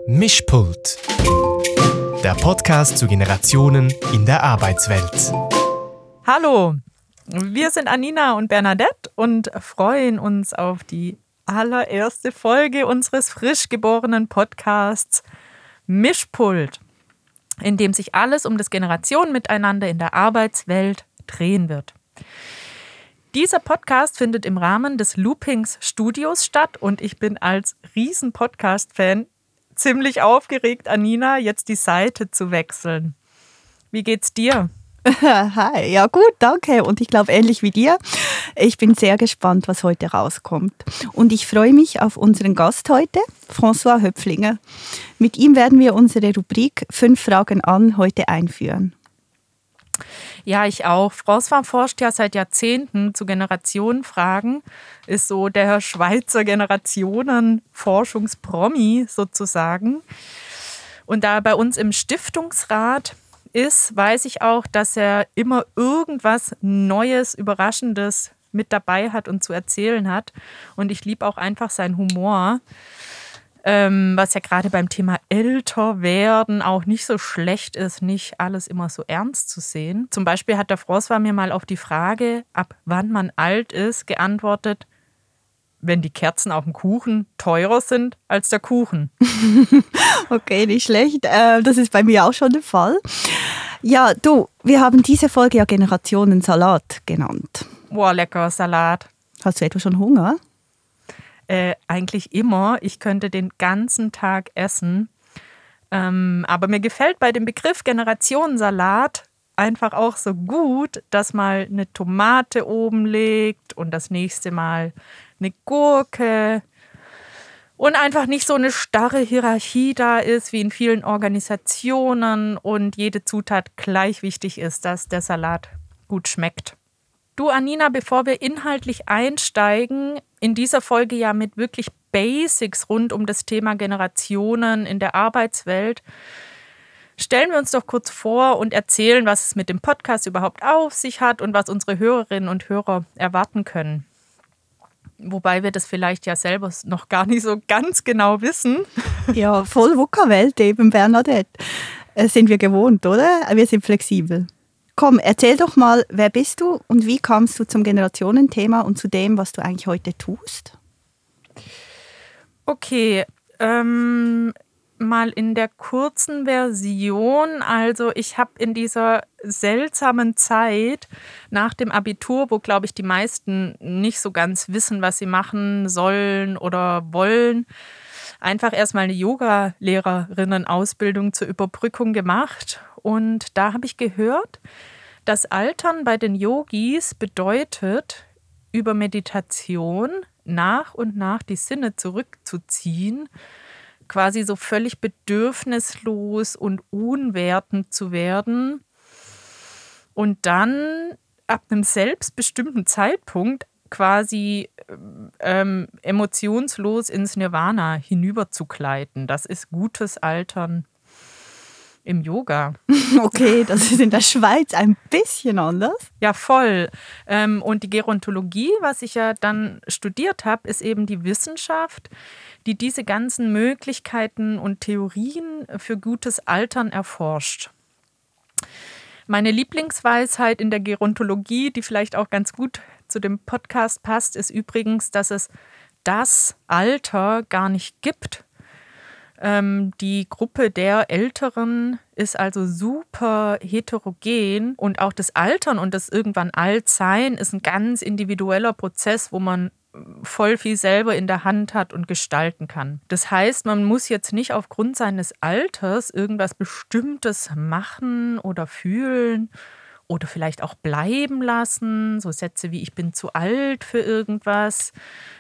Mischpult, der Podcast zu Generationen in der Arbeitswelt. Hallo, wir sind Anina und Bernadette und freuen uns auf die allererste Folge unseres frisch geborenen Podcasts Mischpult, in dem sich alles um das Generationenmiteinander in der Arbeitswelt drehen wird. Dieser Podcast findet im Rahmen des Loopings Studios statt und ich bin als Riesen-Podcast-Fan ziemlich aufgeregt, Anina, jetzt die Seite zu wechseln. Wie geht's dir? Hi, ja gut, danke. Und ich glaube, ähnlich wie dir, ich bin sehr gespannt, was heute rauskommt. Und ich freue mich auf unseren Gast heute, François Höpflinger. Mit ihm werden wir unsere Rubrik 5 Fragen an heute einführen. Ja, ich auch. François forscht ja seit Jahrzehnten zu Generationenfragen, ist so der Schweizer Generationenforschungspromi sozusagen. Und da er bei uns im Stiftungsrat ist, weiß ich auch, dass er immer irgendwas Neues, Überraschendes mit dabei hat und zu erzählen hat. Und ich liebe auch einfach seinen Humor, was ja gerade beim Thema älter werden auch nicht so schlecht ist, nicht alles immer so ernst zu sehen. Zum Beispiel hat der François mir mal auf die Frage, ab wann man alt ist, geantwortet, wenn die Kerzen auf dem Kuchen teurer sind als der Kuchen. Okay, nicht schlecht. Das ist bei mir auch schon der Fall. Ja, du, wir haben diese Folge ja Generationensalat genannt. Boah, lecker Salat. Hast du etwa schon Hunger? Eigentlich immer. Ich könnte den ganzen Tag essen. Aber mir gefällt bei dem Begriff Generationensalat einfach auch so gut, dass mal eine Tomate oben liegt und das nächste Mal eine Gurke und einfach nicht so eine starre Hierarchie da ist wie in vielen Organisationen und jede Zutat gleich wichtig ist, dass der Salat gut schmeckt. Du, Anina, bevor wir inhaltlich einsteigen, in dieser Folge ja mit wirklich Basics rund um das Thema Generationen in der Arbeitswelt, stellen wir uns doch kurz vor und erzählen, was es mit dem Podcast überhaupt auf sich hat und was unsere Hörerinnen und Hörer erwarten können. Wobei wir das vielleicht ja selber noch gar nicht so ganz genau wissen. Ja, voll VUCA-Welt eben, Bernadette. Sind wir gewohnt, oder? Wir sind flexibel. Komm, erzähl doch mal, wer bist du und wie kamst du zum Generationenthema und zu dem, was du eigentlich heute tust? Okay, mal in der kurzen Version. Also ich habe in dieser seltsamen Zeit nach dem Abitur, wo, glaube ich, die meisten nicht so ganz wissen, was sie machen sollen oder wollen, einfach erstmal eine Yoga-Lehrerinnen-Ausbildung zur Überbrückung gemacht. Und da habe ich gehört, dass Altern bei den Yogis bedeutet, über Meditation nach und nach die Sinne zurückzuziehen, quasi so völlig bedürfnislos und unwertend zu werden und dann ab einem selbstbestimmten Zeitpunkt quasi emotionslos ins Nirvana hinüberzugleiten. Das ist gutes Altern im Yoga. Okay, das ist in der Schweiz ein bisschen anders. Ja, voll. Und die Gerontologie, was ich ja dann studiert habe, ist eben die Wissenschaft, die diese ganzen Möglichkeiten und Theorien für gutes Altern erforscht. Meine Lieblingsweisheit in der Gerontologie, die vielleicht auch ganz gut zu dem Podcast passt, ist übrigens, dass es das Alter gar nicht gibt. Die Gruppe der Älteren ist also super heterogen und auch das Altern und das irgendwann Altsein ist ein ganz individueller Prozess, wo man voll viel selber in der Hand hat und gestalten kann. Das heißt, man muss jetzt nicht aufgrund seines Alters irgendwas Bestimmtes machen oder fühlen oder vielleicht auch bleiben lassen. So Sätze wie ich bin zu alt für irgendwas.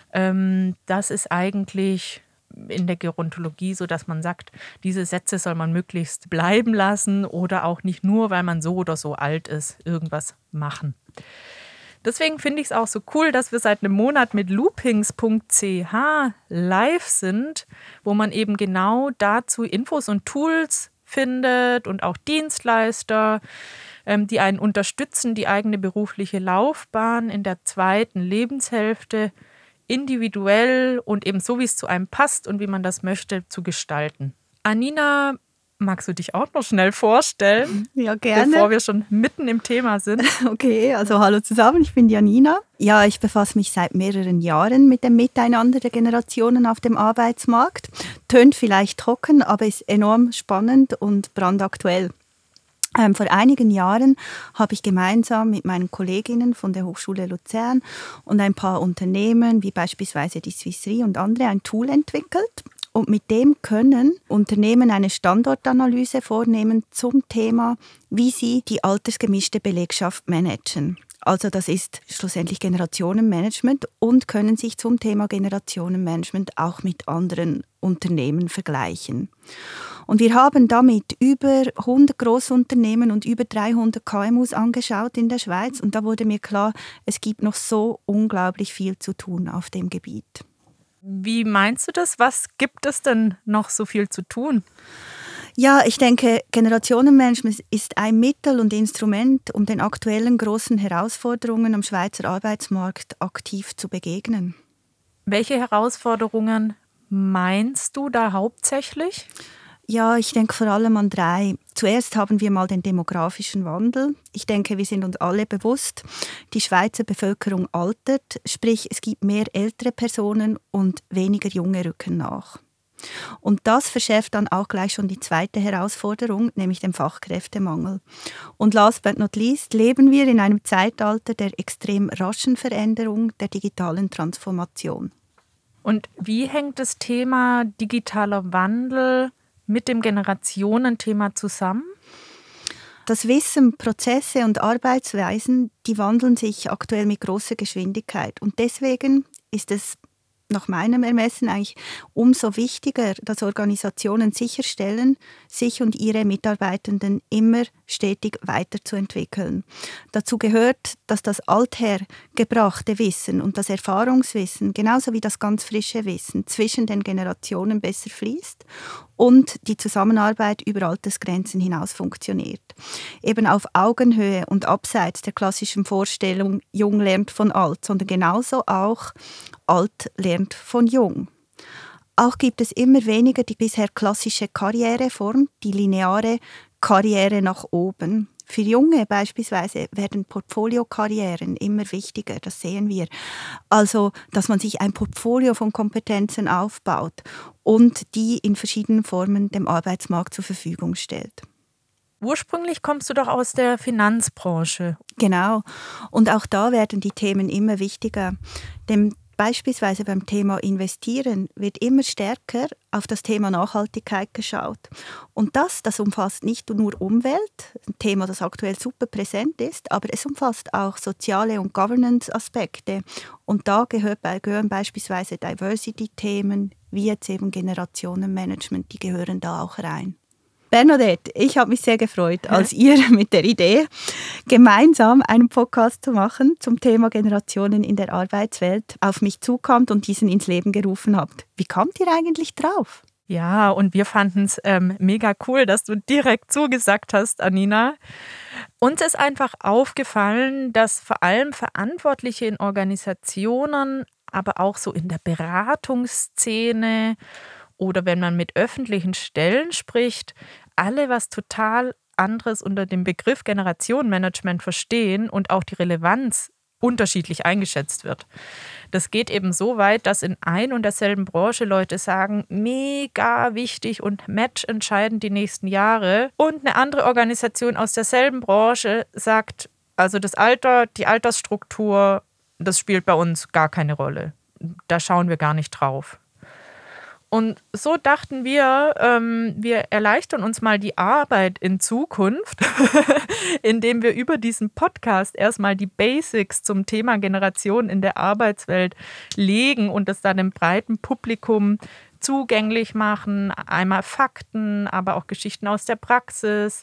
Das ist eigentlich in der Gerontologie so, dass man sagt, diese Sätze soll man möglichst bleiben lassen oder auch nicht nur, weil man so oder so alt ist, irgendwas machen. Deswegen finde ich es auch so cool, dass wir seit einem Monat mit loopings.ch live sind, wo man eben genau dazu Infos und Tools findet und auch Dienstleister, die einen unterstützen, die eigene berufliche Laufbahn in der zweiten Lebenshälfte individuell und eben so, wie es zu einem passt und wie man das möchte, zu gestalten. Anina, magst du dich auch noch schnell vorstellen? Ja, gerne. Bevor wir schon mitten im Thema sind. Okay, also hallo zusammen, ich bin Janina. Ja, ich befasse mich seit mehreren Jahren mit dem Miteinander der Generationen auf dem Arbeitsmarkt. Tönt vielleicht trocken, aber ist enorm spannend und brandaktuell. Vor einigen Jahren habe ich gemeinsam mit meinen Kolleginnen von der Hochschule Luzern und ein paar Unternehmen, wie beispielsweise die Swiss Re und andere, ein Tool entwickelt. Und mit dem können Unternehmen eine Standortanalyse vornehmen zum Thema, wie sie die altersgemischte Belegschaft managen. Also das ist schlussendlich Generationenmanagement und können sich zum Thema Generationenmanagement auch mit anderen Unternehmen vergleichen. Und wir haben damit über 100 Grossunternehmen und über 300 KMUs angeschaut in der Schweiz. Und da wurde mir klar, es gibt noch so unglaublich viel zu tun auf dem Gebiet. Wie meinst du das? Was gibt es denn noch so viel zu tun? Ja, ich denke, Generationenmanagement ist ein Mittel und Instrument, um den aktuellen großen Herausforderungen am Schweizer Arbeitsmarkt aktiv zu begegnen. Welche Herausforderungen meinst du da hauptsächlich? Ja, ich denke vor allem an 3. Zuerst haben wir mal den demografischen Wandel. Ich denke, wir sind uns alle bewusst, die Schweizer Bevölkerung altert, sprich es gibt mehr ältere Personen und weniger junge rücken nach. Und das verschärft dann auch gleich schon die zweite Herausforderung, nämlich den Fachkräftemangel. Und last but not least leben wir in einem Zeitalter der extrem raschen Veränderung der digitalen Transformation. Und wie hängt das Thema digitaler Wandel mit dem Generationenthema zusammen? Das Wissen, Prozesse und Arbeitsweisen, die wandeln sich aktuell mit großer Geschwindigkeit. Und deswegen ist es nach meinem Ermessen eigentlich umso wichtiger, dass Organisationen sicherstellen, sich und ihre Mitarbeitenden immer stetig weiterzuentwickeln. Dazu gehört, dass das althergebrachte Wissen und das Erfahrungswissen, genauso wie das ganz frische Wissen, zwischen den Generationen besser fließt und die Zusammenarbeit über Altersgrenzen hinaus funktioniert. Eben auf Augenhöhe und abseits der klassischen Vorstellung, jung lernt von alt, sondern genauso auch alt lernt von jung. Auch gibt es immer weniger die bisher klassische Karriereform, die lineare Karriere nach oben. Für Junge beispielsweise werden Portfoliokarrieren immer wichtiger, das sehen wir. Also, dass man sich ein Portfolio von Kompetenzen aufbaut und die in verschiedenen Formen dem Arbeitsmarkt zur Verfügung stellt. Ursprünglich kommst du doch aus der Finanzbranche. Genau. Und auch da werden die Themen immer wichtiger. Denn beispielsweise beim Thema Investieren wird immer stärker auf das Thema Nachhaltigkeit geschaut. Und das umfasst nicht nur Umwelt, ein Thema, das aktuell super präsent ist, aber es umfasst auch soziale und Governance-Aspekte. Und da gehören beispielsweise Diversity-Themen, wie jetzt eben Generationenmanagement, die gehören da auch rein. Bernadette, ich habe mich sehr gefreut, als ihr mit der Idee, gemeinsam einen Podcast zu machen zum Thema Generationen in der Arbeitswelt auf mich zukamt und diesen ins Leben gerufen habt. Wie kamt ihr eigentlich drauf? Ja, und wir fanden es mega cool, dass du direkt zugesagt hast, Anina. Uns ist einfach aufgefallen, dass vor allem Verantwortliche in Organisationen, aber auch so in der Beratungsszene oder wenn man mit öffentlichen Stellen spricht, alle was total anderes unter dem Begriff Generationenmanagement verstehen und auch die Relevanz unterschiedlich eingeschätzt wird. Das geht eben so weit, dass in ein und derselben Branche Leute sagen, mega wichtig und matchentscheidend die nächsten Jahre. Und eine andere Organisation aus derselben Branche sagt, also das Alter, die Altersstruktur, das spielt bei uns gar keine Rolle. Da schauen wir gar nicht drauf. Und so dachten wir, wir erleichtern uns mal die Arbeit in Zukunft, indem wir über diesen Podcast erstmal die Basics zum Thema Generation in der Arbeitswelt legen und das dann dem breiten Publikum zugänglich machen. Einmal Fakten, aber auch Geschichten aus der Praxis,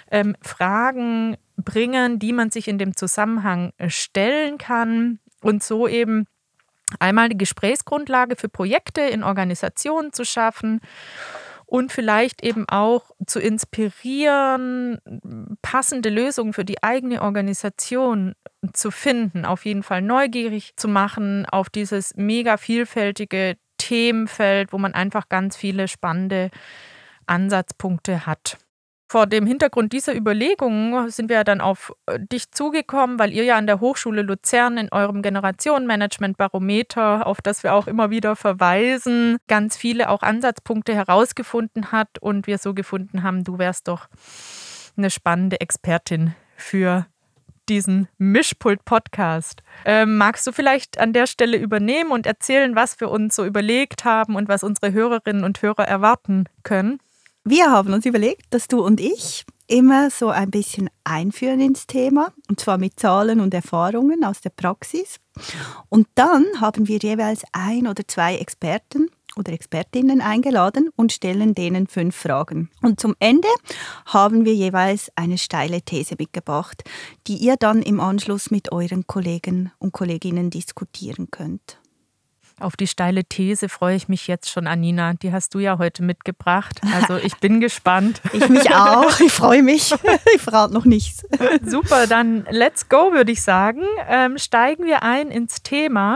Fragen bringen, die man sich in dem Zusammenhang stellen kann und so eben einmal die Gesprächsgrundlage für Projekte in Organisationen zu schaffen und vielleicht eben auch zu inspirieren, passende Lösungen für die eigene Organisation zu finden, auf jeden Fall neugierig zu machen auf dieses mega vielfältige Themenfeld, wo man einfach ganz viele spannende Ansatzpunkte hat. Vor dem Hintergrund dieser Überlegungen sind wir dann auf dich zugekommen, weil ihr ja an der Hochschule Luzern in eurem Generationenmanagement-Barometer, auf das wir auch immer wieder verweisen, ganz viele auch Ansatzpunkte herausgefunden hat und wir so gefunden haben, du wärst doch eine spannende Expertin für diesen Mischpult-Podcast. Magst du vielleicht an der Stelle übernehmen und erzählen, was wir uns so überlegt haben und was unsere Hörerinnen und Hörer erwarten können? Wir haben uns überlegt, dass du und ich immer so ein bisschen einführen ins Thema, und zwar mit Zahlen und Erfahrungen aus der Praxis. Und dann haben wir jeweils 1 oder 2 Experten oder Expertinnen eingeladen und stellen denen 5 Fragen. Und zum Ende haben wir jeweils eine steile These mitgebracht, die ihr dann im Anschluss mit euren Kollegen und Kolleginnen diskutieren könnt. Auf die steile These freue ich mich jetzt schon, Anina. Die hast du ja heute mitgebracht. Also ich bin gespannt. Ich mich auch. Ich freue mich. Ich verrate noch nichts. Super, dann let's go, würde ich sagen. Steigen wir ein ins Thema.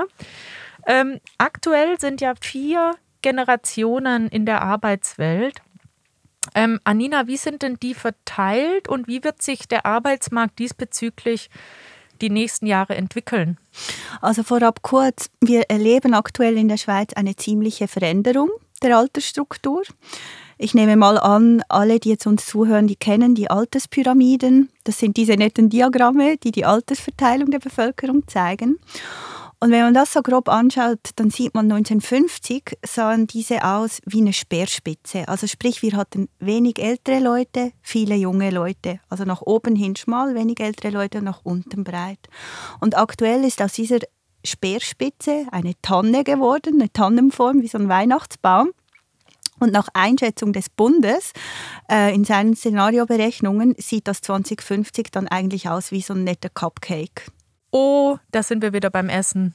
Aktuell sind ja 4 Generationen in der Arbeitswelt. Anina, wie sind denn die verteilt und wie wird sich der Arbeitsmarkt diesbezüglich die nächsten Jahre entwickeln? Also vorab kurz, wir erleben aktuell in der Schweiz eine ziemliche Veränderung der Altersstruktur. Ich nehme mal an, alle, die jetzt uns zuhören, die kennen die Alterspyramiden. Das sind diese netten Diagramme, die die Altersverteilung der Bevölkerung zeigen. Und wenn man das so grob anschaut, dann sieht man, 1950 sahen diese aus wie eine Speerspitze. Also sprich, wir hatten wenig ältere Leute, viele junge Leute. Also nach oben hin schmal, wenig ältere Leute, nach unten breit. Und aktuell ist aus dieser Speerspitze eine Tanne geworden, eine Tannenform wie so ein Weihnachtsbaum. Und nach Einschätzung des Bundes in seinen Szenarioberechnungen sieht das 2050 dann eigentlich aus wie so ein netter Cupcake. Oh, da sind wir wieder beim Essen.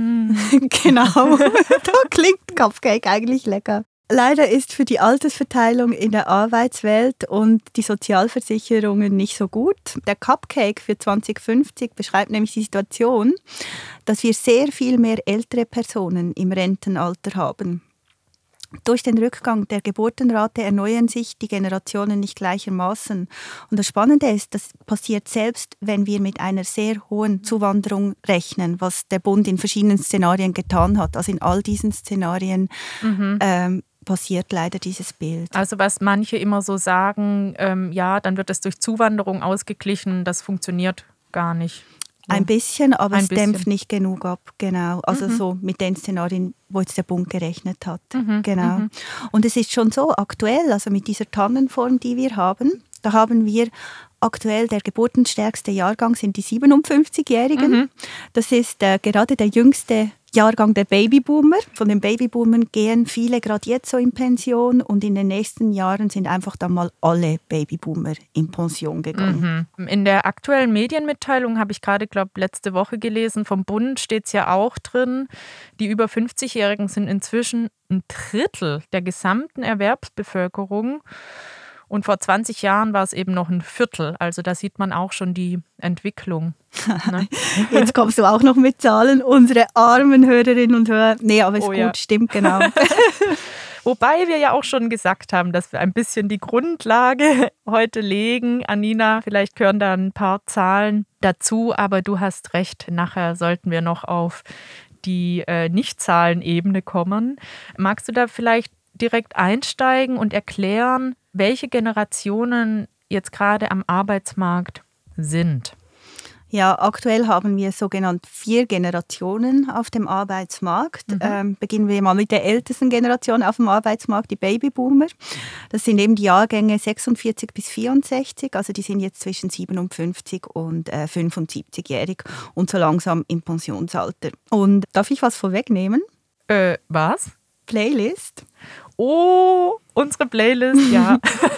Genau, da klingt Cupcake eigentlich lecker. Leider ist für die Altersverteilung in der Arbeitswelt und die Sozialversicherungen nicht so gut. Der Cupcake für 2050 beschreibt nämlich die Situation, dass wir sehr viel mehr ältere Personen im Rentenalter haben. Durch den Rückgang der Geburtenrate erneuern sich die Generationen nicht gleichermaßen. Und das Spannende ist, das passiert selbst, wenn wir mit einer sehr hohen Zuwanderung rechnen, was der Bund in verschiedenen Szenarien getan hat. Also in all diesen Szenarien passiert leider dieses Bild. Also was manche immer so sagen, ja, dann wird es durch Zuwanderung ausgeglichen, das funktioniert gar nicht. Ein bisschen, aber es dämpft nicht genug ab, genau. Also so mit den Szenarien, wo jetzt der Bund gerechnet hat. Genau. Und es ist schon so aktuell, also mit dieser Tannenform, die wir haben, da haben wir aktuell der geburtenstärkste Jahrgang sind die 57-Jährigen. Das ist gerade der jüngste Jahrgang der Babyboomer. Von den Babyboomern gehen viele gerade jetzt so in Pension und in den nächsten Jahren sind einfach dann mal alle Babyboomer in Pension gegangen. In der aktuellen Medienmitteilung habe ich gerade, glaube letzte Woche gelesen, vom Bund steht es ja auch drin, die über 50-Jährigen sind inzwischen 1/3 der gesamten Erwerbsbevölkerung. Und vor 20 Jahren war es eben noch 1/4. Also da sieht man auch schon die Entwicklung. Ne? Jetzt kommst du auch noch mit Zahlen. Unsere armen Hörerinnen und Hörer. Nee, aber ist gut, ja. Stimmt, genau. Wobei wir ja auch schon gesagt haben, dass wir ein bisschen die Grundlage heute legen. Anina, vielleicht gehören da ein paar Zahlen dazu, aber du hast recht. Nachher sollten wir noch auf die Nicht-Zahlen-Ebene kommen. Magst du da vielleicht direkt einsteigen und erklären, welche Generationen jetzt gerade am Arbeitsmarkt sind? Ja, aktuell haben wir sogenannt 4 Generationen auf dem Arbeitsmarkt. Beginnen wir mal mit der ältesten Generation auf dem Arbeitsmarkt, die Babyboomer. Das sind eben die Jahrgänge 46 bis 64, also die sind jetzt zwischen 57 und 75-jährig und so langsam im Pensionsalter. Und darf ich was vorwegnehmen? Was? Playlist. Oh, unsere Playlist, ja.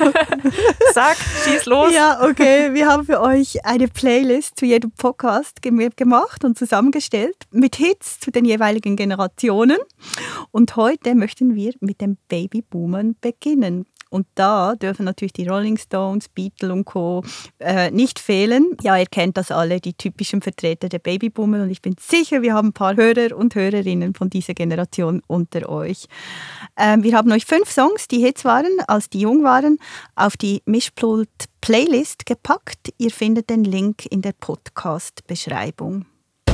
Sag, schieß los. Ja, okay. Wir haben für euch eine Playlist zu jedem Podcast gemacht und zusammengestellt mit Hits zu den jeweiligen Generationen. Und heute möchten wir mit den Babyboomern beginnen. Und da dürfen natürlich die Rolling Stones, Beatles und Co. Nicht fehlen. Ja, ihr kennt das alle, die typischen Vertreter der Babyboomer. Und ich bin sicher, wir haben ein paar Hörer und Hörerinnen von dieser Generation unter euch. Wir haben euch 5 Songs, die Hits waren, als die jung waren, auf die Mischpult-Playlist gepackt. Ihr findet den Link in der Podcast-Beschreibung.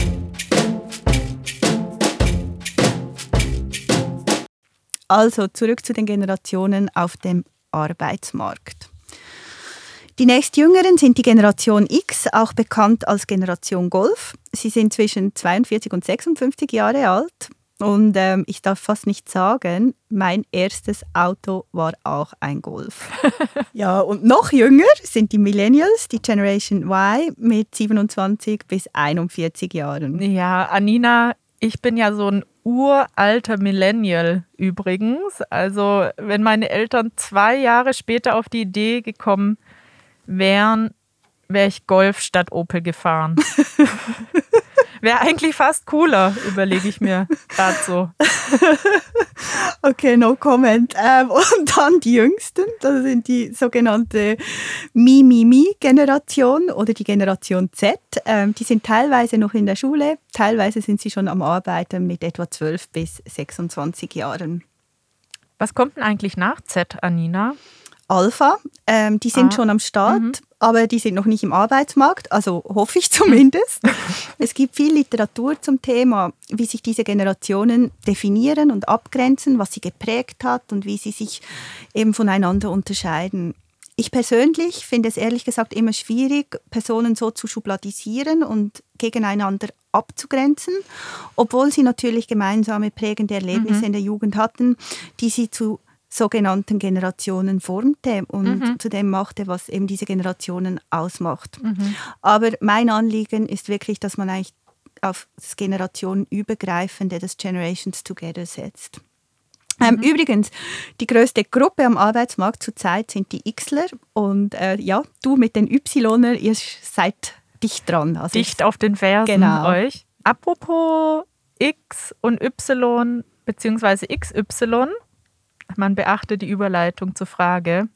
Also zurück zu den Generationen auf dem Arbeitsmarkt. Die nächstjüngeren sind die Generation X, auch bekannt als Generation Golf. Sie sind zwischen 42 und 56 Jahre alt. Und ich darf fast nicht sagen, mein erstes Auto war auch ein Golf. Ja, und noch jünger sind die Millennials, die Generation Y mit 27 bis 41 Jahren. Ja, Anina, ich bin ja so ein uralter Millennial übrigens. Also wenn meine Eltern 2 Jahre später auf die Idee gekommen wären, wäre ich Golf statt Opel gefahren. Wäre eigentlich fast cooler, überlege ich mir gerade so. Okay, no comment. Und dann die Jüngsten, das sind die sogenannte Mi-Mi-Mi-Generation oder die Generation Z. Die sind teilweise noch in der Schule, teilweise sind sie schon am Arbeiten mit etwa 12 bis 26 Jahren. Was kommt denn eigentlich nach Z, Anina? Alpha, die sind schon am Start, aber die sind noch nicht im Arbeitsmarkt, also hoffe ich zumindest. Es gibt viel Literatur zum Thema, wie sich diese Generationen definieren und abgrenzen, was sie geprägt hat und wie sie sich eben voneinander unterscheiden. Ich persönlich finde es ehrlich gesagt immer schwierig, Personen so zu schubladisieren und gegeneinander abzugrenzen, obwohl sie natürlich gemeinsame prägende Erlebnisse in der Jugend hatten, die sie zu sogenannten Generationen formte und zu dem machte, was eben diese Generationen ausmacht. Aber mein Anliegen ist wirklich, dass man eigentlich auf das Generationenübergreifende, das Generations Together setzt. Übrigens, die größte Gruppe am Arbeitsmarkt zurzeit sind die Xler und ja, du mit den Yler, ihr seid dicht dran. Also dicht auf den Fersen euch. Apropos X und Y bzw. XY, man beachte die Überleitung zur Frage.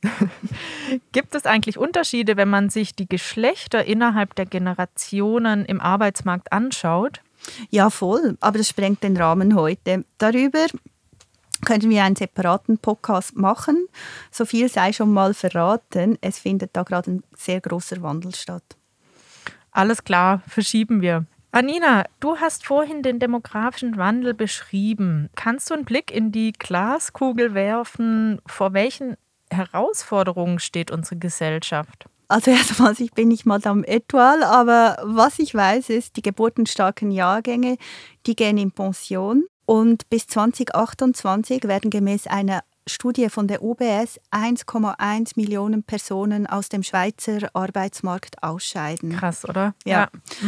Gibt es eigentlich Unterschiede, wenn man sich die Geschlechter innerhalb der Generationen im Arbeitsmarkt anschaut? Ja, voll. Aber das sprengt den Rahmen heute. Darüber könnten wir einen separaten Podcast machen. So viel sei schon mal verraten. Es findet da gerade ein sehr großer Wandel statt. Alles klar, verschieben wir. Anina, du hast vorhin den demografischen Wandel beschrieben. Kannst du einen Blick in die Glaskugel werfen? Vor welchen Herausforderungen steht unsere Gesellschaft? Also erstmal, ich bin nicht Madame Etoile, aber was ich weiß, ist, die geburtenstarken Jahrgänge, die gehen in Pension. Und bis 2028 werden gemäß einer Studie von der UBS 1,1 Millionen Personen aus dem Schweizer Arbeitsmarkt ausscheiden. Krass, oder? Ja.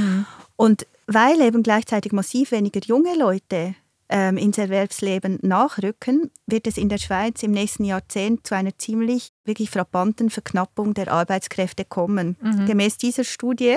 Und weil eben gleichzeitig massiv weniger junge Leute ins Erwerbsleben nachrücken, wird es in der Schweiz im nächsten Jahrzehnt zu einer ziemlich wirklich frappanten Verknappung der Arbeitskräfte kommen. Gemäß dieser Studie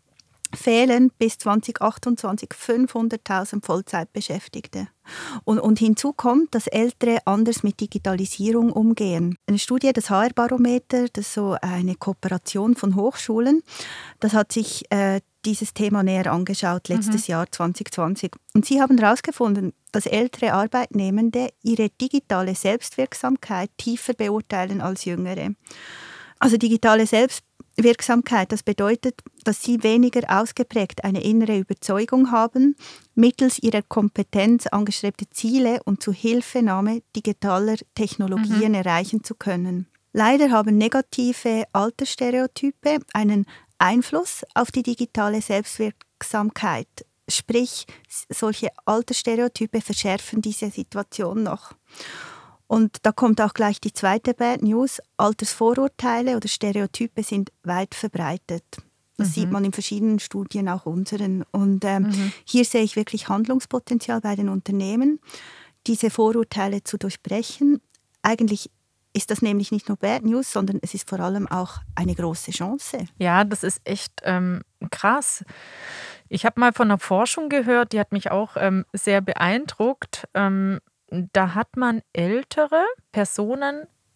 fehlen bis 2028 500.000 Vollzeitbeschäftigte. Und hinzu kommt, dass Ältere anders mit Digitalisierung umgehen. Eine Studie des HR-Barometer, das ist so eine Kooperation von Hochschulen, das hat sich dieses Thema näher angeschaut, letztes Jahr 2020. Und sie haben herausgefunden, dass ältere Arbeitnehmende ihre digitale Selbstwirksamkeit tiefer beurteilen als jüngere. Also digitale Selbstwirksamkeit, das bedeutet, dass sie weniger ausgeprägt eine innere Überzeugung haben, mittels ihrer Kompetenz angestrebte Ziele und zu Hilfenahme digitaler Technologien erreichen zu können. Leider haben negative Altersstereotype einen Einfluss auf die digitale Selbstwirksamkeit. Sprich, solche Altersstereotype verschärfen diese Situation noch. Und da kommt auch gleich die zweite Bad News. Altersvorurteile oder Stereotype sind weit verbreitet. Das sieht man in verschiedenen Studien, auch unseren. Und hier sehe ich wirklich Handlungspotenzial bei den Unternehmen, diese Vorurteile zu durchbrechen. Eigentlich ist das nämlich nicht nur Bad News, sondern es ist vor allem auch eine große Chance. Ja, das ist echt krass. Ich habe mal von einer Forschung gehört, die hat mich auch sehr beeindruckt. Da hat man ältere Personen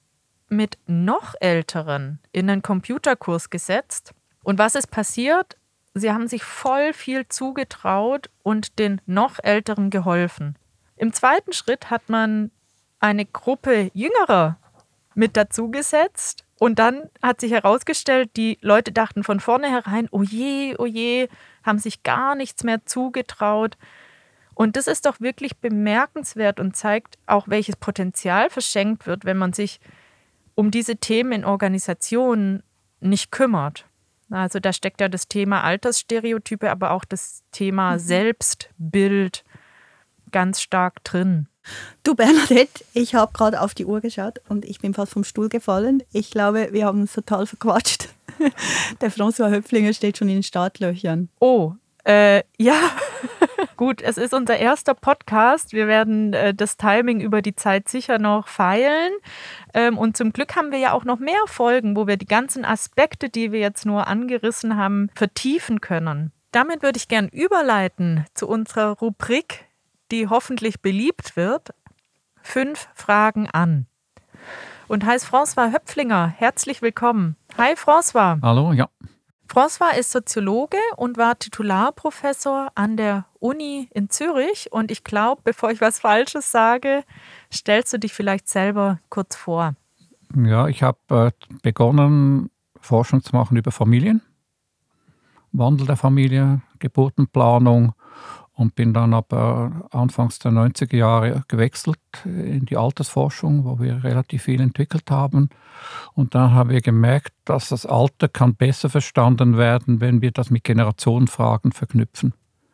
mit noch Älteren in einen Computerkurs gesetzt. Und was ist passiert? Sie haben sich voll viel zugetraut und den noch Älteren geholfen. Im zweiten Schritt hat man eine Gruppe Jüngerer mit dazu gesetzt. Und dann hat sich herausgestellt, die Leute dachten von vornherein, oh je, haben sich gar nichts mehr zugetraut. Und das ist doch wirklich bemerkenswert und zeigt auch, welches Potenzial verschenkt wird, wenn man sich um diese Themen in Organisationen nicht kümmert. Also da steckt ja das Thema Altersstereotype, aber auch das Thema Selbstbild ganz stark drin. Du Bernadette, ich habe gerade auf die Uhr geschaut und ich bin fast vom Stuhl gefallen. Ich glaube, wir haben uns total verquatscht. Der François Höpflinger steht schon in den Startlöchern. Oh, ja. Gut, es ist unser erster Podcast. Wir werden das Timing über die Zeit sicher noch feilen. Und zum Glück haben wir ja auch noch mehr Folgen, wo wir die ganzen Aspekte, die wir jetzt nur angerissen haben, vertiefen können. Damit würde ich gern überleiten zu unserer Rubrik, die hoffentlich beliebt wird. 5 Fragen an. Und heißt François Höpflinger. Herzlich willkommen. Hi François. Hallo, ja. François ist Soziologe und war Titularprofessor an der Uni in Zürich. Und ich glaube, bevor ich was Falsches sage, stellst du dich vielleicht selber kurz vor. Ja, ich habe begonnen, Forschung zu machen über Familien, Wandel der Familie, Geburtenplanung und bin dann aber anfangs der 90er Jahre gewechselt in die Altersforschung, wo wir relativ viel entwickelt haben. Und dann haben wir gemerkt, dass das Alter kann besser verstanden werden, wenn wir das mit Generationenfragen verknüpfen.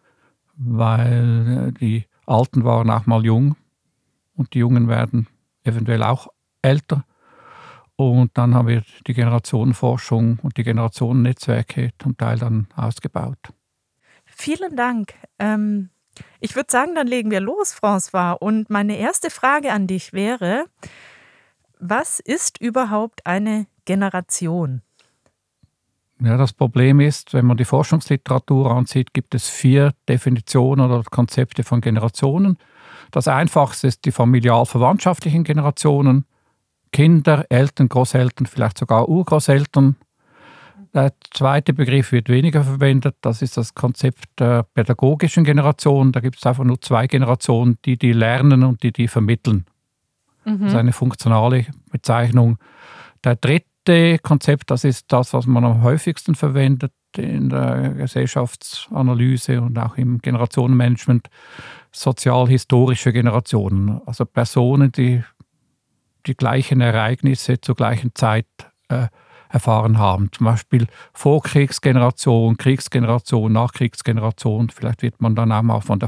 Weil die Alten waren auch mal jung und die Jungen werden eventuell auch älter. Und dann haben wir die Generationenforschung und die Generationennetzwerke zum Teil dann ausgebaut. Vielen Dank. Ich würde sagen, dann legen wir los, François. Und meine erste Frage an dich wäre, was ist überhaupt eine Generation? Ja, das Problem ist, wenn man die Forschungsliteratur ansieht, gibt es 4 Definitionen oder Konzepte von Generationen. Das einfachste ist die familial-verwandtschaftlichen Generationen. Kinder, Eltern, Großeltern, vielleicht sogar Urgroßeltern. Der zweite Begriff wird weniger verwendet, das ist das Konzept der pädagogischen Generation. Da gibt es einfach nur 2 Generationen, die lernen und die vermitteln. Das ist eine funktionale Bezeichnung. Der dritte Konzept, das ist das, was man am häufigsten verwendet in der Gesellschaftsanalyse und auch im Generationenmanagement, sozial-historische Generationen. Also Personen, die die gleichen Ereignisse zur gleichen Zeit erfahren haben. Zum Beispiel Vorkriegsgeneration, Kriegsgeneration, Nachkriegsgeneration. Vielleicht wird man dann auch mal von der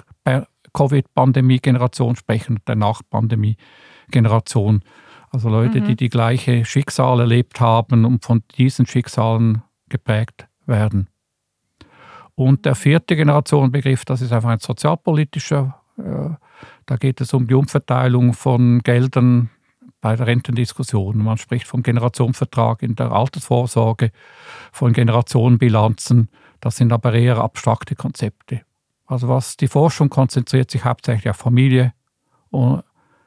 Vor-Covid-Pandemie-Generation sprechen und der Nach-Pandemie-Generation. Also Leute, die die gleiche Schicksal erlebt haben und von diesen Schicksalen geprägt werden. Und der 4. Generationenbegriff, das ist einfach ein sozialpolitischer. Da geht es um die Umverteilung von Geldern bei der Rentendiskussion. Man spricht vom Generationenvertrag in der Altersvorsorge, von Generationenbilanzen. Das sind aber eher abstrakte Konzepte. Also was die Forschung konzentriert sich hauptsächlich auf Familie und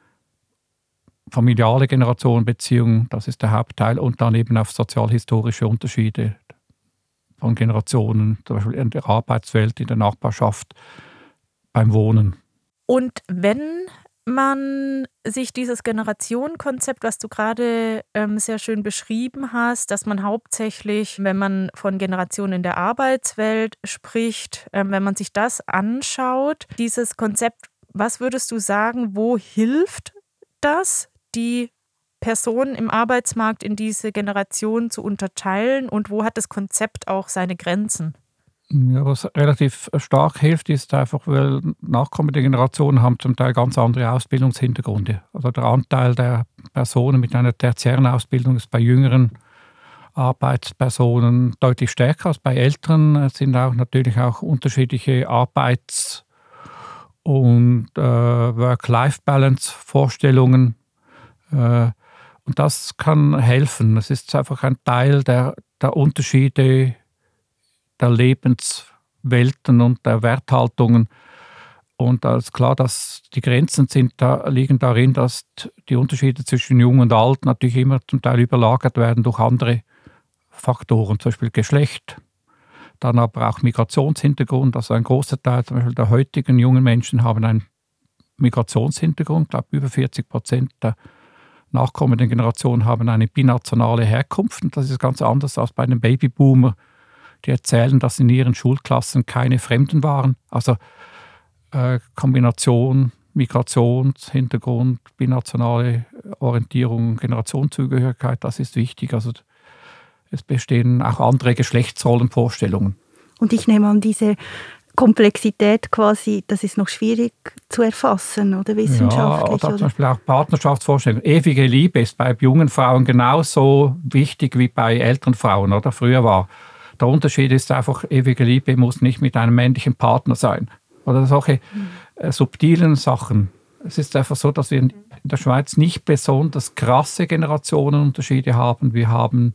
familiale Generationenbeziehungen, das ist der Hauptteil, und dann eben auf sozialhistorische Unterschiede von Generationen, zum Beispiel in der Arbeitswelt, in der Nachbarschaft, beim Wohnen. Und wenn man sich dieses Generationenkonzept, was du gerade sehr schön beschrieben hast, dass man hauptsächlich, wenn man von Generationen in der Arbeitswelt spricht, wenn man sich das anschaut, dieses Konzept, was würdest du sagen, wo hilft das, die Personen im Arbeitsmarkt in diese Generationen zu unterteilen, und wo hat das Konzept auch seine Grenzen? Ja, was relativ stark hilft, ist einfach, weil nachkommende Generationen haben zum Teil ganz andere Ausbildungshintergründe. Also der Anteil der Personen mit einer tertiären Ausbildung ist bei jüngeren Arbeitspersonen deutlich stärker als bei älteren. Es sind auch natürlich auch unterschiedliche Arbeits- und Work-Life-Balance-Vorstellungen. Und das kann helfen. Es ist einfach ein Teil der Unterschiede der Lebenswelten und der Werthaltungen. Und da ist klar, dass die Grenzen liegen darin, dass die Unterschiede zwischen Jung und Alt natürlich immer zum Teil überlagert werden durch andere Faktoren, zum Beispiel Geschlecht, dann aber auch Migrationshintergrund. Also ein großer Teil zum Beispiel der heutigen jungen Menschen haben einen Migrationshintergrund. Ich glaube, über 40% der nachkommenden Generationen haben eine binationale Herkunft. Und das ist ganz anders als bei den Babyboomer, die erzählen, dass in ihren Schulklassen keine Fremden waren. Also Kombination Migrationshintergrund, binationale Orientierung, Generationenzugehörigkeit, das ist wichtig. Also es bestehen auch andere Geschlechtsrollenvorstellungen. Und ich nehme an, diese Komplexität quasi, das ist noch schwierig zu erfassen oder wissenschaftlich? Ja, oder zum Beispiel auch Partnerschaftsvorstellungen. Ewige Liebe ist bei jungen Frauen genauso wichtig wie bei älteren Frauen, oder früher war. Der Unterschied ist einfach, ewige Liebe muss nicht mit einem männlichen Partner sein. Oder solche subtilen Sachen. Es ist einfach so, dass wir in der Schweiz nicht besonders krasse Generationenunterschiede haben. Wir haben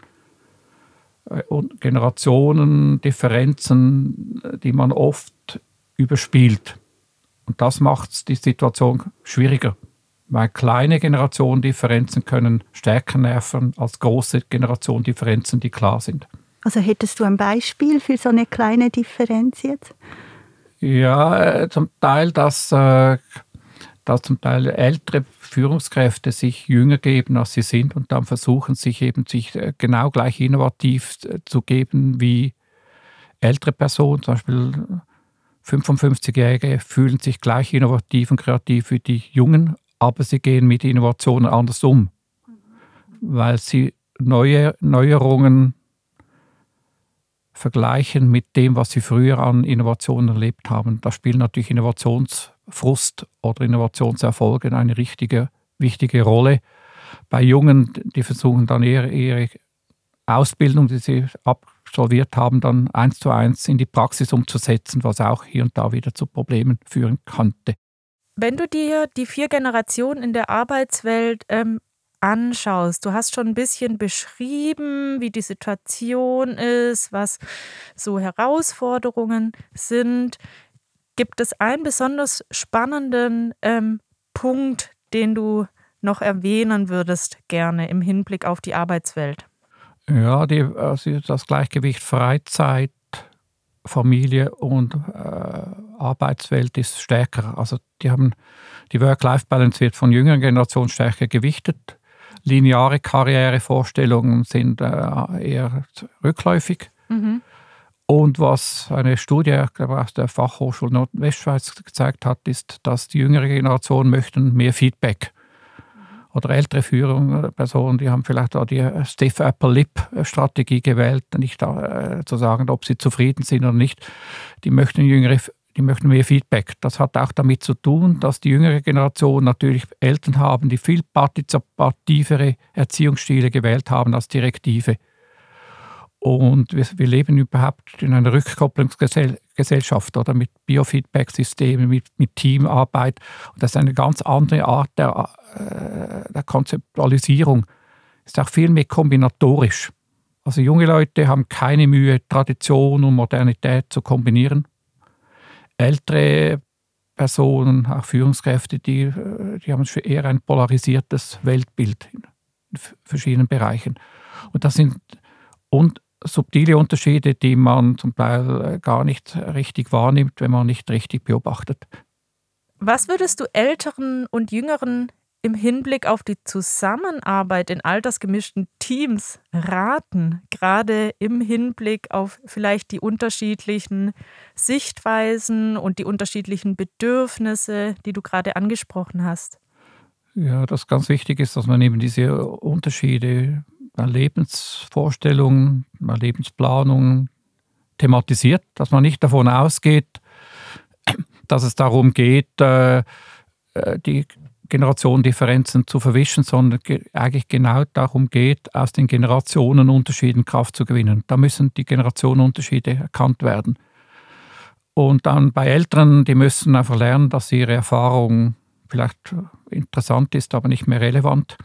Generationendifferenzen, die man oft überspielt. Und das macht die Situation schwieriger, weil kleine Generationendifferenzen können stärker nerven als große Generationendifferenzen, die klar sind. Also hättest du ein Beispiel für so eine kleine Differenz jetzt? Ja, zum Teil, dass zum Teil ältere Führungskräfte sich jünger geben, als sie sind und dann versuchen, sich genau gleich innovativ zu geben wie ältere Personen. Zum Beispiel 55-Jährige fühlen sich gleich innovativ und kreativ wie die Jungen, aber sie gehen mit Innovationen anders um, weil sie Neuerungen vergleichen mit dem, was sie früher an Innovationen erlebt haben. Da spielen natürlich Innovationsfrust oder Innovationserfolge eine wichtige Rolle. Bei Jungen, die versuchen dann eher ihre Ausbildung, die sie absolviert haben, dann 1:1 in die Praxis umzusetzen, was auch hier und da wieder zu Problemen führen könnte. Wenn du dir die 4 Generationen in der Arbeitswelt anschaust, du hast schon ein bisschen beschrieben, wie die Situation ist, was so Herausforderungen sind. Gibt es einen besonders spannenden Punkt, den du noch erwähnen würdest, gerne im Hinblick auf die Arbeitswelt? Ja, das Gleichgewicht Freizeit, Familie und Arbeitswelt ist stärker. Also die Work-Life-Balance wird von jüngeren Generationen stärker gewichtet. Lineare Karrierevorstellungen sind eher rückläufig. Mhm. Und was eine Studie aus der Fachhochschule Nordwestschweiz gezeigt hat, ist, dass die jüngere Generation möchten mehr Feedback. Oder ältere Personen, die haben vielleicht auch die Stiff Upper Lip Strategie gewählt, nicht zu sagen, ob sie zufrieden sind oder nicht. Die möchten mehr Feedback. Das hat auch damit zu tun, dass die jüngere Generation natürlich Eltern haben, die viel partizipativere Erziehungsstile gewählt haben als direktive. Und wir leben überhaupt in einer Rückkopplungsgesellschaft oder mit Biofeedback-Systemen, mit Teamarbeit. Und das ist eine ganz andere Art der Konzeptualisierung. Ist auch viel mehr kombinatorisch. Also junge Leute haben keine Mühe, Tradition und Modernität zu kombinieren. Ältere Personen, auch Führungskräfte, die haben eher ein polarisiertes Weltbild in verschiedenen Bereichen. Und das sind subtile Unterschiede, die man zum Teil gar nicht richtig wahrnimmt, wenn man nicht richtig beobachtet. Was würdest du Älteren und Jüngeren im Hinblick auf die Zusammenarbeit in altersgemischten Teams raten, gerade im Hinblick auf vielleicht die unterschiedlichen Sichtweisen und die unterschiedlichen Bedürfnisse, die du gerade angesprochen hast? Ja, das ganz wichtig ist, dass man eben diese Unterschiede bei Lebensvorstellungen, bei Lebensplanung thematisiert, dass man nicht davon ausgeht, dass es darum geht, die Generationendifferenzen zu verwischen, sondern eigentlich genau darum geht, aus den Generationenunterschieden Kraft zu gewinnen. Da müssen die Generationenunterschiede erkannt werden. Und dann bei Älteren, die müssen einfach lernen, dass ihre Erfahrung vielleicht interessant ist, aber nicht mehr relevant.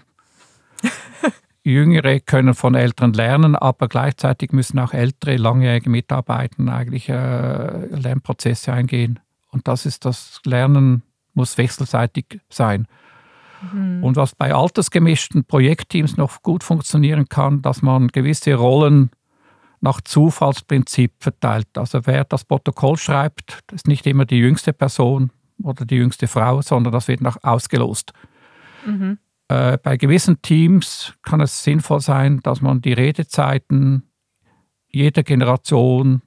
Jüngere können von Älteren lernen, aber gleichzeitig müssen auch ältere, langjährige Mitarbeiter eigentlich Lernprozesse eingehen Und das Lernen muss wechselseitig sein. Und was bei altersgemischten Projektteams noch gut funktionieren kann, dass man gewisse Rollen nach Zufallsprinzip verteilt. Also wer das Protokoll schreibt, das ist nicht immer die jüngste Person oder die jüngste Frau, sondern das wird ausgelost. Bei gewissen Teams kann es sinnvoll sein, dass man die Redezeiten jeder Generation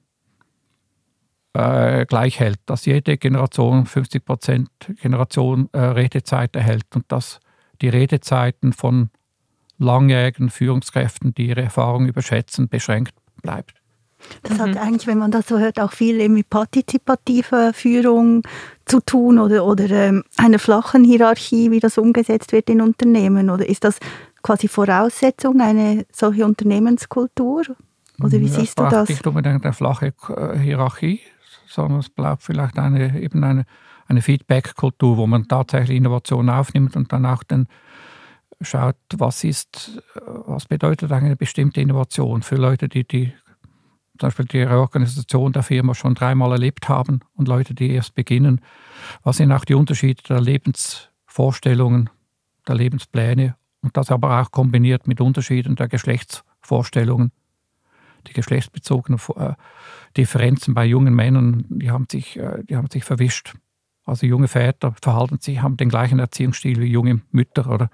gleich hält, dass jede Generation 50% Redezeit erhält und dass die Redezeiten von langjährigen Führungskräften, die ihre Erfahrung überschätzen, beschränkt bleibt. Das hat eigentlich, wenn man das so hört, auch viel mit partizipativer Führung zu tun oder einer flachen Hierarchie, wie das umgesetzt wird in Unternehmen. Oder ist das quasi Voraussetzung, eine solche Unternehmenskultur? Oder wie siehst du das? Nicht unbedingt eine flache Hierarchie, sondern es bleibt vielleicht eine Feedback-Kultur, wo man tatsächlich Innovationen aufnimmt und dann auch dann schaut, was bedeutet eine bestimmte Innovation für Leute, die zum Beispiel die Reorganisation der Firma schon 3-mal erlebt haben und Leute, die erst beginnen. Was sind auch die Unterschiede der Lebensvorstellungen, der Lebenspläne und das aber auch kombiniert mit Unterschieden der Geschlechtsvorstellungen. Die geschlechtsbezogenen Differenzen bei jungen Männern, die haben sich verwischt. Also junge Väter haben den gleichen Erziehungsstil wie junge Mütter oder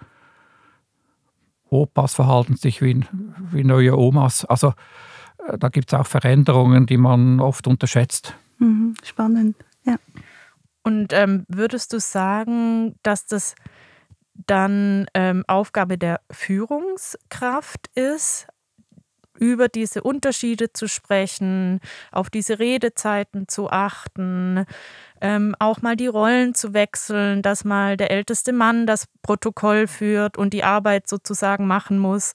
Opas verhalten sich wie neue Omas. Also da gibt es auch Veränderungen, die man oft unterschätzt. Spannend, ja. Und würdest du sagen, dass das dann Aufgabe der Führungskraft ist, über diese Unterschiede zu sprechen, auf diese Redezeiten zu achten, auch mal die Rollen zu wechseln, dass mal der älteste Mann das Protokoll führt und die Arbeit sozusagen machen muss?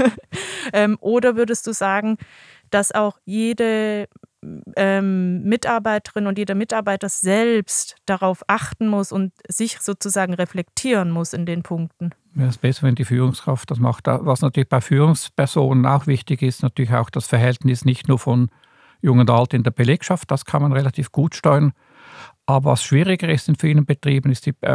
Oder würdest du sagen, dass auch jede Mitarbeiterin und jeder Mitarbeiter selbst darauf achten muss und sich sozusagen reflektieren muss in den Punkten? Ja, es ist besser, wenn die Führungskraft das macht. Was natürlich bei Führungspersonen auch wichtig ist, natürlich auch das Verhältnis nicht nur von Jung und Alt in der Belegschaft, das kann man relativ gut steuern. Aber was schwieriger ist in vielen Betrieben, ist die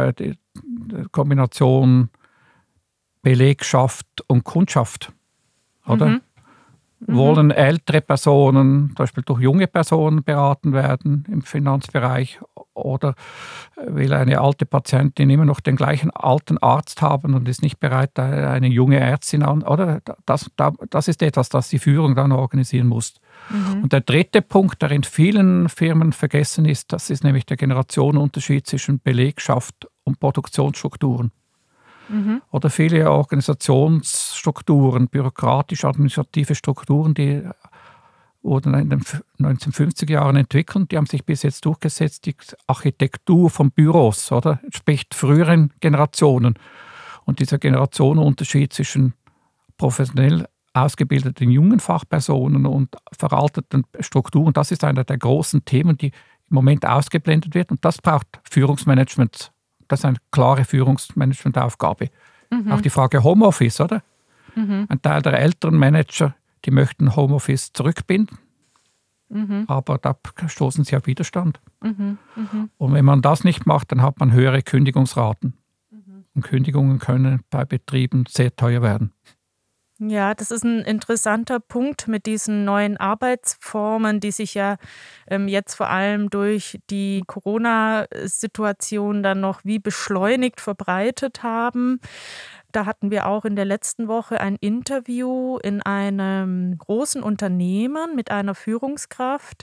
Kombination Belegschaft und Kundschaft. Oder? Wollen ältere Personen, zum Beispiel durch junge Personen beraten werden im Finanzbereich oder will eine alte Patientin immer noch den gleichen alten Arzt haben und ist nicht bereit, eine junge Ärztin an, oder? Das ist etwas, das die Führung dann organisieren muss. Und der dritte Punkt, der in vielen Firmen vergessen ist, das ist nämlich der Generationenunterschied zwischen Belegschaft und Produktionsstrukturen. Oder viele Organisationsstrukturen, bürokratisch-administrative Strukturen, die wurden in den 1950er Jahren entwickelt, die haben sich bis jetzt durchgesetzt. Die Architektur von Büros, oder? Entspricht früheren Generationen. Und dieser Generationenunterschied zwischen professionell ausgebildeten jungen Fachpersonen und veralteten Strukturen, das ist einer der großen Themen, die im Moment ausgeblendet wird. Und das braucht Führungsmanagement. Das ist eine klare Führungsmanagementaufgabe. Auch die Frage Homeoffice, oder? Ein Teil der älteren Manager, die möchten Homeoffice zurückbinden, aber da stoßen sie auf Widerstand. Und wenn man das nicht macht, dann hat man höhere Kündigungsraten. Und Kündigungen können bei Betrieben sehr teuer werden. Ja, das ist ein interessanter Punkt mit diesen neuen Arbeitsformen, die sich ja jetzt vor allem durch die Corona-Situation dann noch wie beschleunigt verbreitet haben. Da hatten wir auch in der letzten Woche ein Interview in einem großen Unternehmen mit einer Führungskraft,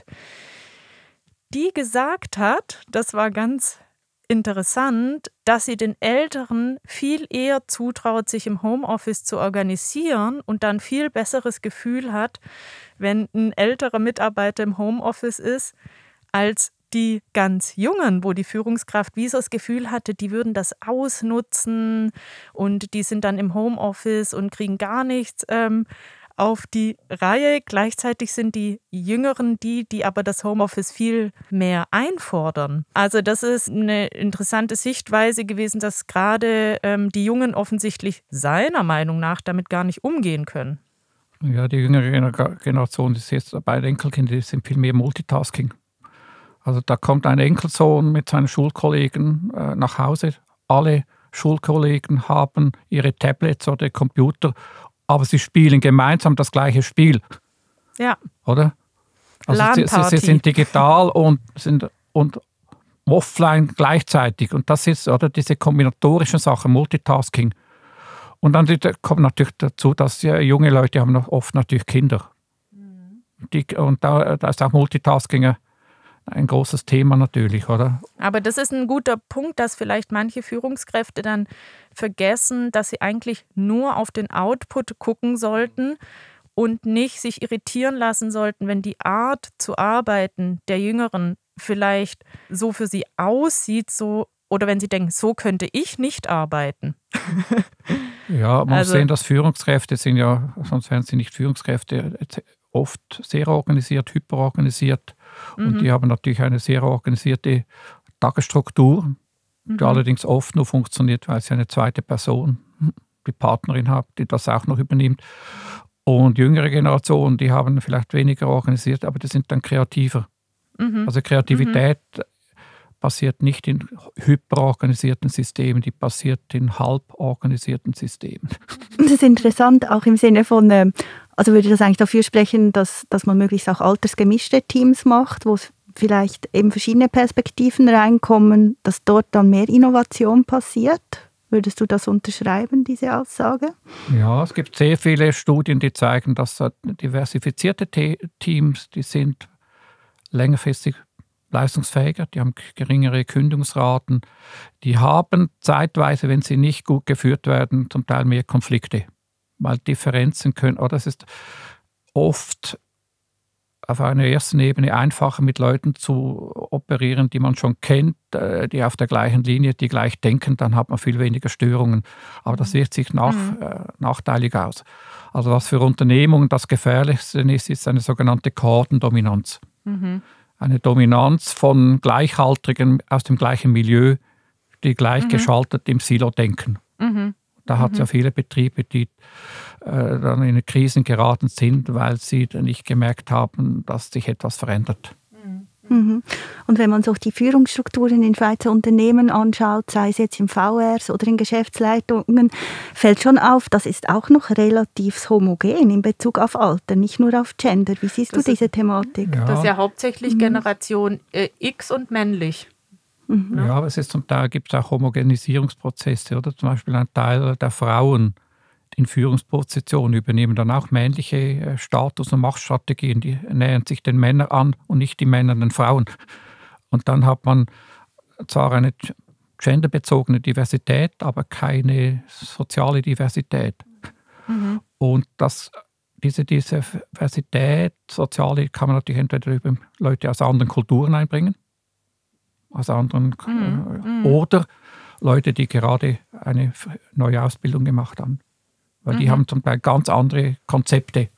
die gesagt hat, das war ganz interessant, dass sie den Älteren viel eher zutraut, sich im Homeoffice zu organisieren und dann viel besseres Gefühl hat, wenn ein älterer Mitarbeiter im Homeoffice ist, als die ganz Jungen, wo die Führungskraft wie so das Gefühl hatte, die würden das ausnutzen und die sind dann im Homeoffice und kriegen gar nichts auf die Reihe. Gleichzeitig sind die Jüngeren die aber das Homeoffice viel mehr einfordern. Also das ist eine interessante Sichtweise gewesen, dass gerade die Jungen offensichtlich seiner Meinung nach damit gar nicht umgehen können. Ja, die jüngere Generation ist jetzt bei den Enkelkindern, die sind viel mehr Multitasking. Also da kommt ein Enkelsohn mit seinen Schulkollegen nach Hause. Alle Schulkollegen haben ihre Tablets oder Computer, aber sie spielen gemeinsam das gleiche Spiel. Ja. Oder? Also LAN-Party. sie sind digital und offline gleichzeitig. Und das ist diese kombinatorischen Sachen, Multitasking. Und dann kommt natürlich dazu, dass junge Leute haben oft natürlich Kinder. Und da ist auch Multitasking ein großes Thema natürlich, oder? Aber das ist ein guter Punkt, dass vielleicht manche Führungskräfte dann vergessen, dass sie eigentlich nur auf den Output gucken sollten und nicht sich irritieren lassen sollten, wenn die Art zu arbeiten der Jüngeren vielleicht so für sie aussieht, oder wenn sie denken, so könnte ich nicht arbeiten. Ja, man muss sehen, dass Führungskräfte sind ja, sonst wären sie nicht Führungskräfte, oft sehr organisiert, hyperorganisiert. Und die haben natürlich eine sehr organisierte Tagesstruktur, die allerdings oft nur funktioniert, weil sie eine zweite Person, die Partnerin hat, die das auch noch übernimmt. Und jüngere Generationen, die haben vielleicht weniger organisiert, aber die sind dann kreativer. Also Kreativität passiert nicht in hyperorganisierten Systemen, die passiert in halborganisierten Systemen. Das ist interessant, auch im Sinne von, also würde das eigentlich dafür sprechen, dass man möglichst auch altersgemischte Teams macht, wo es vielleicht eben verschiedene Perspektiven reinkommen, dass dort dann mehr Innovation passiert? Würdest du das unterschreiben, diese Aussage? Ja, es gibt sehr viele Studien, die zeigen, dass diversifizierte Teams, die sind längerfristig leistungsfähiger, die haben geringere Kündigungsraten, die haben zeitweise, wenn sie nicht gut geführt werden, zum Teil mehr Konflikte, weil Differenzen können, oder es ist oft auf einer ersten Ebene einfacher, mit Leuten zu operieren, die man schon kennt, die auf der gleichen Linie, die gleich denken, dann hat man viel weniger Störungen. Aber das wirkt sich nachteilig aus. Also was für Unternehmungen das Gefährlichste ist eine sogenannte Kohortendominanz. Eine Dominanz von Gleichaltrigen aus dem gleichen Milieu, die gleichgeschaltet im Silo denken. Da hat es ja viele Betriebe, die dann in Krisen geraten sind, weil sie nicht gemerkt haben, dass sich etwas verändert. Und wenn man sich die Führungsstrukturen in Schweizer Unternehmen anschaut, sei es jetzt im VRs oder in Geschäftsleitungen, fällt schon auf, das ist auch noch relativ homogen in Bezug auf Alter, nicht nur auf Gender. Wie siehst du diese Thematik? Ja. Das ist ja hauptsächlich Generation X und männlich. Ja, aber es ist zum Teil gibt es auch Homogenisierungsprozesse, oder? Zum Beispiel ein Teil der Frauen in Führungspositionen übernehmen dann auch männliche Status- und Machtstrategien. Die nähern sich den Männern an und nicht die Männer den Frauen. Und dann hat man zwar eine genderbezogene Diversität, aber keine soziale Diversität. Und diese Diversität, soziale, kann man natürlich entweder über Leute aus anderen Kulturen einbringen, aus anderen oder Leute, die gerade eine neue Ausbildung gemacht haben. Weil die haben zum Teil ganz andere Konzepte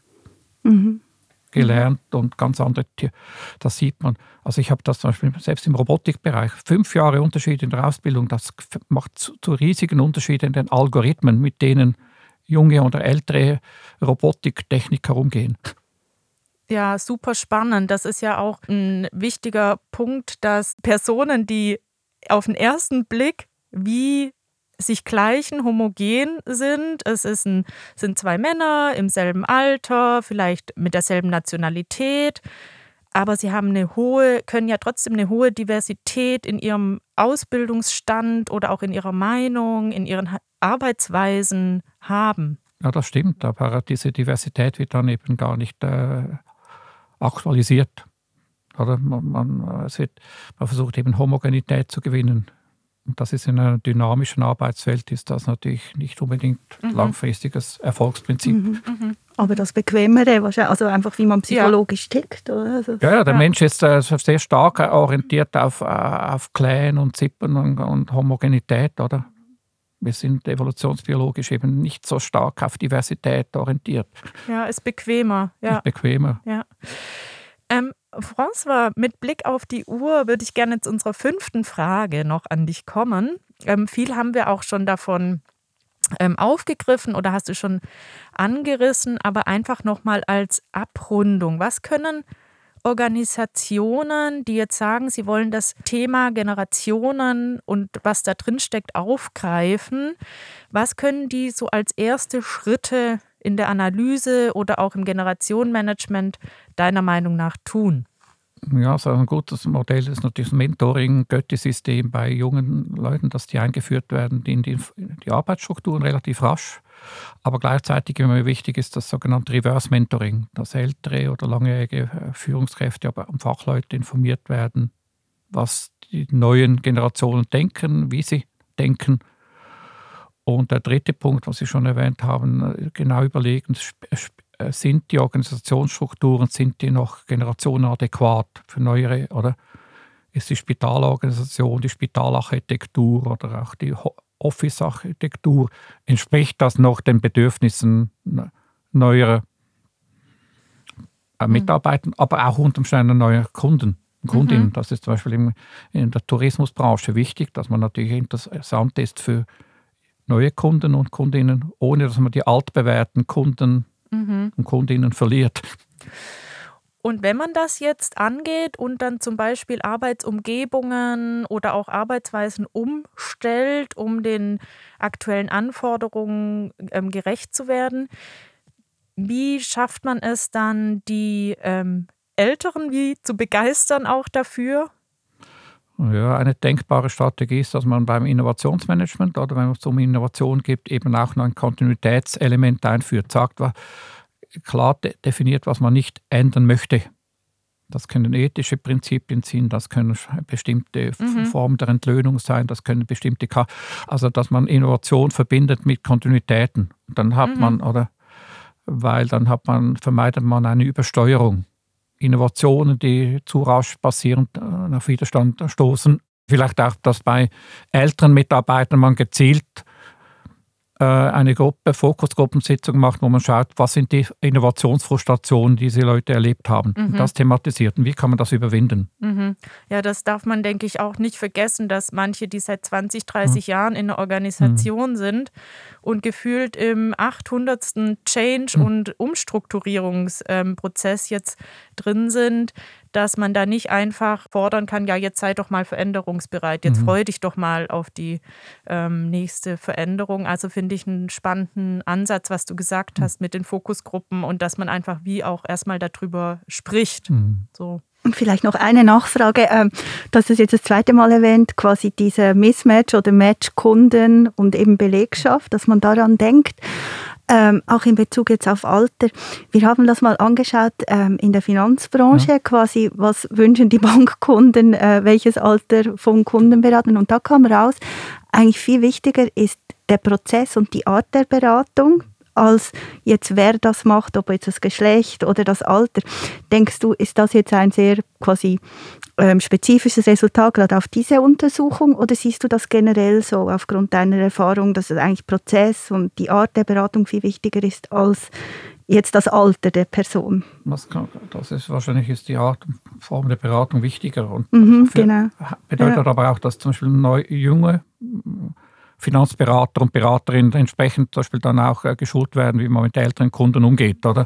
gelernt und ganz andere, das sieht man. Also ich habe das zum Beispiel selbst im Robotikbereich, 5 Jahre Unterschied in der Ausbildung, das macht zu riesigen Unterschieden in den Algorithmen, mit denen junge oder ältere Robotiktechniker umgehen. Ja, super spannend. Das ist ja auch ein wichtiger Punkt, dass Personen, die auf den ersten Blick wie sich gleichen, homogen sind. Sind 2 Männer im selben Alter, vielleicht mit derselben Nationalität, aber sie haben können ja trotzdem eine hohe Diversität in ihrem Ausbildungsstand oder auch in ihrer Meinung, in ihren Arbeitsweisen haben. Ja, das stimmt, aber diese Diversität wird dann eben gar nicht aktualisiert. Oder man versucht eben Homogenität zu gewinnen. Und das ist in einer dynamischen Arbeitswelt, ist das natürlich nicht unbedingt langfristiges Erfolgsprinzip. Aber das Bequemere, also einfach wie man psychologisch tickt. Oder? Also, ja, der Mensch ist sehr stark orientiert auf Clan und Sippen und Homogenität, oder? Wir sind evolutionsbiologisch eben nicht so stark auf Diversität orientiert. Ja, ist bequemer. Ja. Ist bequemer. Ja. François, mit Blick auf die Uhr würde ich gerne zu unserer 5. Frage noch an dich kommen. Viel haben wir auch schon davon aufgegriffen oder hast du schon angerissen, aber einfach nochmal als Abrundung. Was können Organisationen, die jetzt sagen, sie wollen das Thema Generationen und was da drin steckt aufgreifen, was können die so als erste Schritte in der Analyse oder auch im Generationenmanagement deiner Meinung nach tun? Ja, so ein gutes Modell ist natürlich das Mentoring, Götti-System bei jungen Leuten, dass die eingeführt werden in die Arbeitsstrukturen relativ rasch. Aber gleichzeitig immer wichtig ist das sogenannte Reverse-Mentoring, dass ältere oder langjährige Führungskräfte, aber Fachleute informiert werden, was die neuen Generationen denken, wie sie denken. Und der dritte Punkt, was Sie schon erwähnt haben, genau überlegen, sind die Organisationsstrukturen, sind die noch generationenadäquat für neuere, oder ist die Spitalorganisation, die Spitalarchitektur oder auch die Office-Architektur, entspricht das noch den Bedürfnissen neuer Mitarbeiter, aber auch unter Umständen neuer Kunden und Kundinnen. Das ist zum Beispiel in der Tourismusbranche wichtig, dass man natürlich interessant ist für neue Kunden und Kundinnen, ohne dass man die altbewährten Kunden und Kundinnen verliert. Und wenn man das jetzt angeht und dann zum Beispiel Arbeitsumgebungen oder auch Arbeitsweisen umstellt, um den aktuellen Anforderungen gerecht zu werden, wie schafft man es dann, die Älteren wie zu begeistern auch dafür? Ja, eine denkbare Strategie ist, dass man beim Innovationsmanagement oder wenn es um Innovation geht, eben auch noch ein Kontinuitätselement einführt. Sagt, klar definiert, was man nicht ändern möchte. Das können ethische Prinzipien sein, das können bestimmte Formen der Entlöhnung sein, das können bestimmte, also dass man Innovation verbindet mit Kontinuitäten. Dann hat man, vermeidet man eine Übersteuerung. Innovationen, die zu rasch basierend auf Widerstand stoßen. Vielleicht auch, dass bei älteren Mitarbeitern man gezielt eine Fokusgruppensitzung macht, wo man schaut, was sind die Innovationsfrustrationen, die diese Leute erlebt haben. Und das thematisiert. Und wie kann man das überwinden? Ja, das darf man, denke ich, auch nicht vergessen, dass manche, die seit 20, 30 Jahren in einer Organisation sind und gefühlt im 800. Change- und Umstrukturierungsprozess jetzt drin sind, dass man da nicht einfach fordern kann, ja, jetzt sei doch mal veränderungsbereit, jetzt freu dich doch mal auf die nächste Veränderung. Also finde ich einen spannenden Ansatz, was du gesagt hast mit den Fokusgruppen und dass man einfach wie auch erstmal darüber spricht. So. Und vielleicht noch eine Nachfrage, das ist jetzt das zweite Mal erwähnt, quasi diese Mismatch oder Match Kunden und eben Belegschaft, dass man daran denkt. Auch in Bezug jetzt auf Alter. Wir haben das mal angeschaut in der Finanzbranche, quasi, was wünschen die Bankkunden, welches Alter von Kundenberatern. Und da kam raus, eigentlich viel wichtiger ist der Prozess und die Art der Beratung, als jetzt wer das macht, ob jetzt das Geschlecht oder das Alter. Denkst du, ist das jetzt ein sehr quasi spezifisches Resultat gerade auf diese Untersuchung oder siehst du das generell so aufgrund deiner Erfahrung, dass es eigentlich Prozess und die Art der Beratung viel wichtiger ist als jetzt das Alter der Person? Das ist wahrscheinlich ist die Art und Form der Beratung wichtiger und genau. bedeutet aber auch, dass zum Beispiel junge Finanzberater und Beraterinnen entsprechend zum Beispiel dann auch geschult werden, wie man mit älteren Kunden umgeht, oder?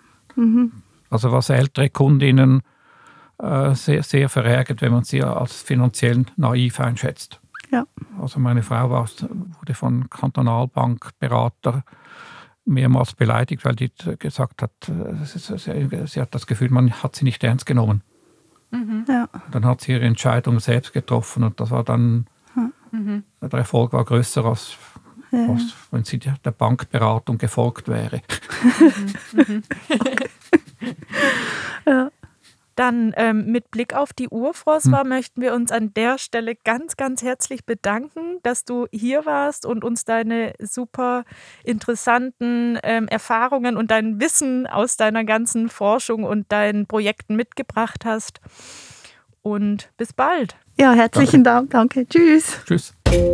Also was ältere Kundinnen sehr, sehr verärgert, wenn man sie als finanziell naiv einschätzt. Ja. Also meine Frau wurde von Kantonalbankberater mehrmals beleidigt, weil die gesagt hat, sie hat das Gefühl, man hat sie nicht ernst genommen. Ja. Dann hat sie ihre Entscheidung selbst getroffen und das war dann, der Erfolg war größer, als wenn sie der Bankberatung gefolgt wäre. Ja. Dann mit Blick auf die Uhr, François, möchten wir uns an der Stelle ganz, ganz herzlich bedanken, dass du hier warst und uns deine super interessanten Erfahrungen und dein Wissen aus deiner ganzen Forschung und deinen Projekten mitgebracht hast. Und bis bald. Ja, herzlichen Dank. Danke. Tschüss. Tschüss.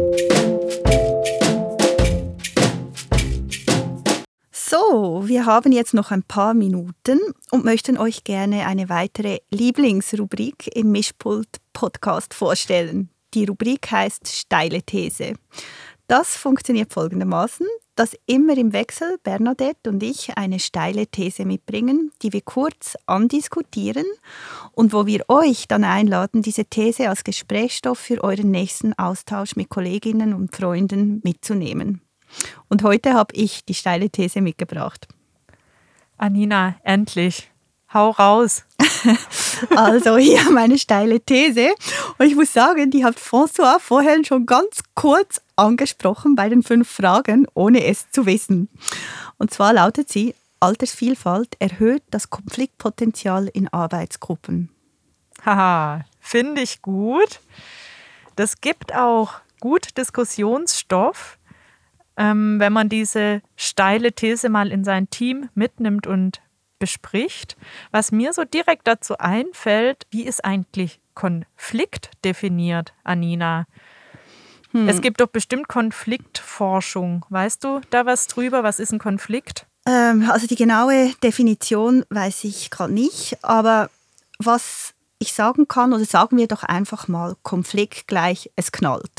So, wir haben jetzt noch ein paar Minuten und möchten euch gerne eine weitere Lieblingsrubrik im Mischpult-Podcast vorstellen. Die Rubrik heißt Steile These. Das funktioniert folgendermaßen. dass immer im Wechsel Bernadette und ich eine steile These mitbringen, die wir kurz andiskutieren und wo wir euch dann einladen, diese These als Gesprächsstoff für euren nächsten Austausch mit Kolleginnen und Freunden mitzunehmen. Und heute habe ich die steile These mitgebracht. Anina, endlich. Hau raus. Also hier meine steile These. Und ich muss sagen, die hat François vorher schon ganz kurz angesprochen bei den 5 Fragen, ohne es zu wissen. Und zwar lautet sie, Altersvielfalt erhöht das Konfliktpotenzial in Arbeitsgruppen. Haha, finde ich gut. Das gibt auch gut Diskussionsstoff, wenn man diese steile These mal in sein Team mitnimmt und bespricht. Was mir so direkt dazu einfällt, wie ist eigentlich Konflikt definiert, Anina? Es gibt doch bestimmt Konfliktforschung. Weißt du da was drüber? Was ist ein Konflikt? Also die genaue Definition weiß ich gerade nicht, aber was ich sagen kann, oder sagen wir doch einfach mal, Konflikt gleich, es knallt.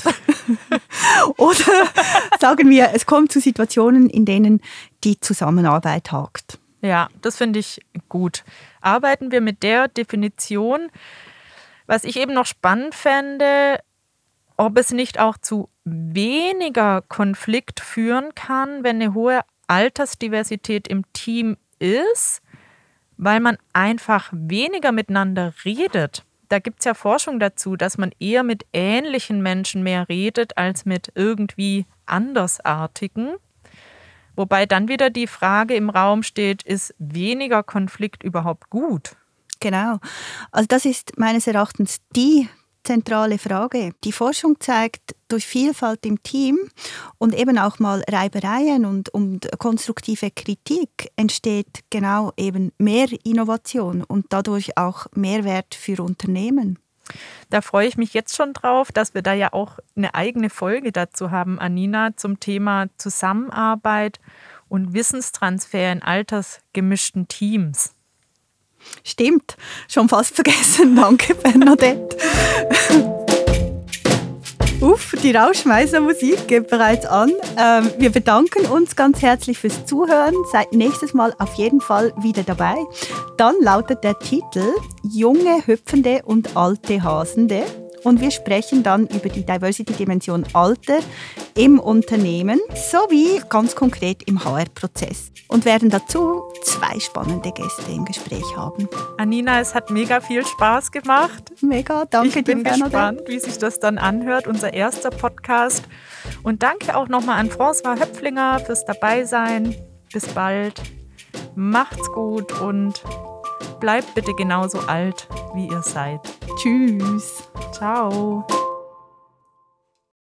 Oder sagen wir, es kommt zu Situationen, in denen die Zusammenarbeit hakt. Ja, das finde ich gut. Arbeiten wir mit der Definition. Was ich eben noch spannend fände, ob es nicht auch zu weniger Konflikt führen kann, wenn eine hohe Altersdiversität im Team ist, weil man einfach weniger miteinander redet. Da gibt es ja Forschung dazu, dass man eher mit ähnlichen Menschen mehr redet, als mit irgendwie Andersartigen. Wobei dann wieder die Frage im Raum steht, ist weniger Konflikt überhaupt gut? Genau. Also das ist meines Erachtens die zentrale Frage. Die Forschung zeigt, durch Vielfalt im Team und eben auch mal Reibereien und konstruktive Kritik entsteht genau eben mehr Innovation und dadurch auch Mehrwert für Unternehmen. Da freue ich mich jetzt schon drauf, dass wir da ja auch eine eigene Folge dazu haben, Anina, zum Thema Zusammenarbeit und Wissenstransfer in altersgemischten Teams. Stimmt, schon fast vergessen. Danke, Bernadette. Die Rausschmeißermusik geht bereits an. Wir bedanken uns ganz herzlich fürs Zuhören. Seid nächstes Mal auf jeden Fall wieder dabei. Dann lautet der Titel Junge, Hüpfende und alte Hasende. Und wir sprechen dann über die Diversity-Dimension Alter im Unternehmen sowie ganz konkret im HR-Prozess. Und werden dazu 2 spannende Gäste im Gespräch haben. Anina, es hat mega viel Spaß gemacht. Mega, danke dir, Bernadette. Ich bin gespannt, wie sich das dann anhört, unser erster Podcast. Und danke auch nochmal an François Höpflinger fürs Dabeisein. Bis bald. Macht's gut und bleibt bitte genauso alt, wie ihr seid. Tschüss. Ciao.